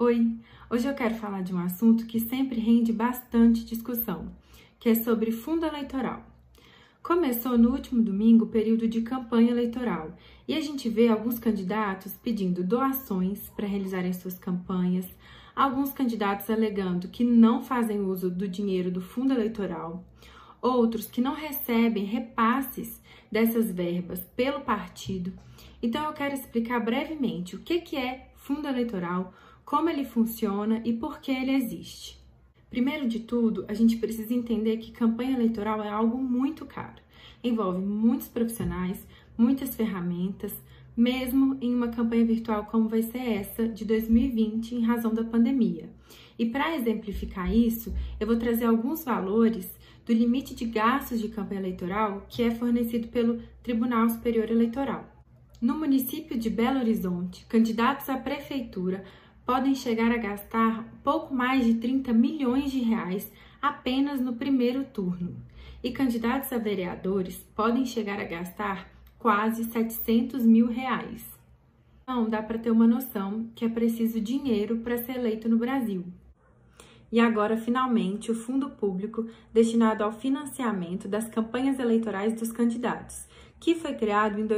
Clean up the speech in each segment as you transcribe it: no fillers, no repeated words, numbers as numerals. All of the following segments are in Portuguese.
Oi! Hoje eu quero falar de um assunto que sempre rende bastante discussão, que é sobre fundo eleitoral. Começou no último domingo o período de campanha eleitoral e a gente vê alguns candidatos pedindo doações para realizarem suas campanhas, alguns candidatos alegando que não fazem uso do dinheiro do fundo eleitoral, outros que não recebem repasses dessas verbas pelo partido. Então eu quero explicar brevemente o que é fundo eleitoral, como ele funciona e por que ele existe. Primeiro de tudo, a gente precisa entender que campanha eleitoral é algo muito caro. Envolve muitos profissionais, muitas ferramentas, mesmo em uma campanha virtual como vai ser essa de 2020 em razão da pandemia. E para exemplificar isso, eu vou trazer alguns valores do limite de gastos de campanha eleitoral que é fornecido pelo Tribunal Superior Eleitoral. No município de Belo Horizonte, candidatos à prefeitura podem chegar a gastar pouco mais de 30 milhões de reais apenas no primeiro turno. E candidatos a vereadores podem chegar a gastar quase 700 mil reais. Então, dá para ter uma noção que é preciso dinheiro para ser eleito no Brasil. E agora, finalmente, o fundo público destinado ao financiamento das campanhas eleitorais dos candidatos, que foi criado em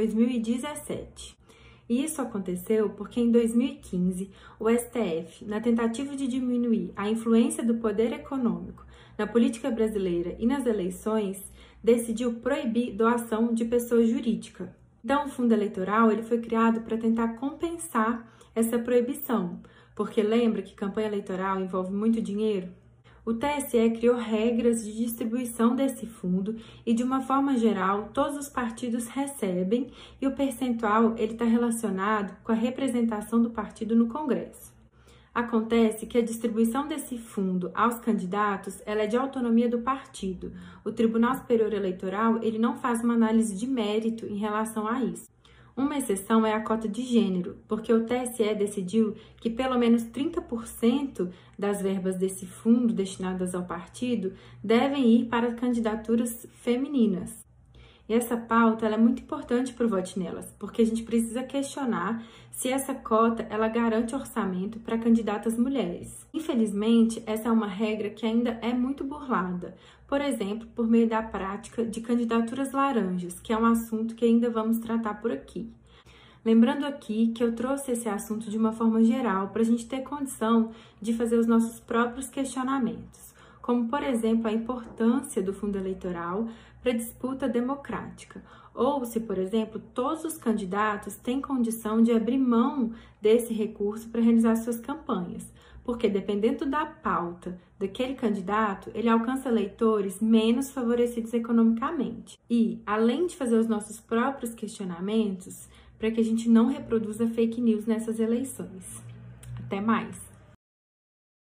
2017. E isso aconteceu porque em 2015, o STF, na tentativa de diminuir a influência do poder econômico na política brasileira e nas eleições, decidiu proibir doação de pessoa jurídica. Então, o fundo eleitoral ele foi criado para tentar compensar essa proibição, porque lembra que campanha eleitoral envolve muito dinheiro? O TSE criou regras de distribuição desse fundo e, de uma forma geral, todos os partidos recebem e o percentual está relacionado com a representação do partido no Congresso. Acontece que a distribuição desse fundo aos candidatos ela é de autonomia do partido. O Tribunal Superior Eleitoral ele não faz uma análise de mérito em relação a isso. Uma exceção é a cota de gênero, porque o TSE decidiu que pelo menos 30% das verbas desse fundo destinadas ao partido devem ir para candidaturas femininas. E essa pauta ela é muito importante para o Vote Nelas, porque a gente precisa questionar se essa cota ela garante orçamento para candidatas mulheres. Infelizmente, essa é uma regra que ainda é muito burlada, por exemplo, por meio da prática de candidaturas laranjas, que é um assunto que ainda vamos tratar por aqui. Lembrando aqui que eu trouxe esse assunto de uma forma geral para a gente ter condição de fazer os nossos próprios questionamentos, como, por exemplo, a importância do fundo eleitoral para a disputa democrática, ou se, por exemplo, todos os candidatos têm condição de abrir mão desse recurso para realizar suas campanhas, porque dependendo da pauta daquele candidato, ele alcança eleitores menos favorecidos economicamente. E, além de fazer os nossos próprios questionamentos, para que a gente não reproduza fake news nessas eleições. Até mais!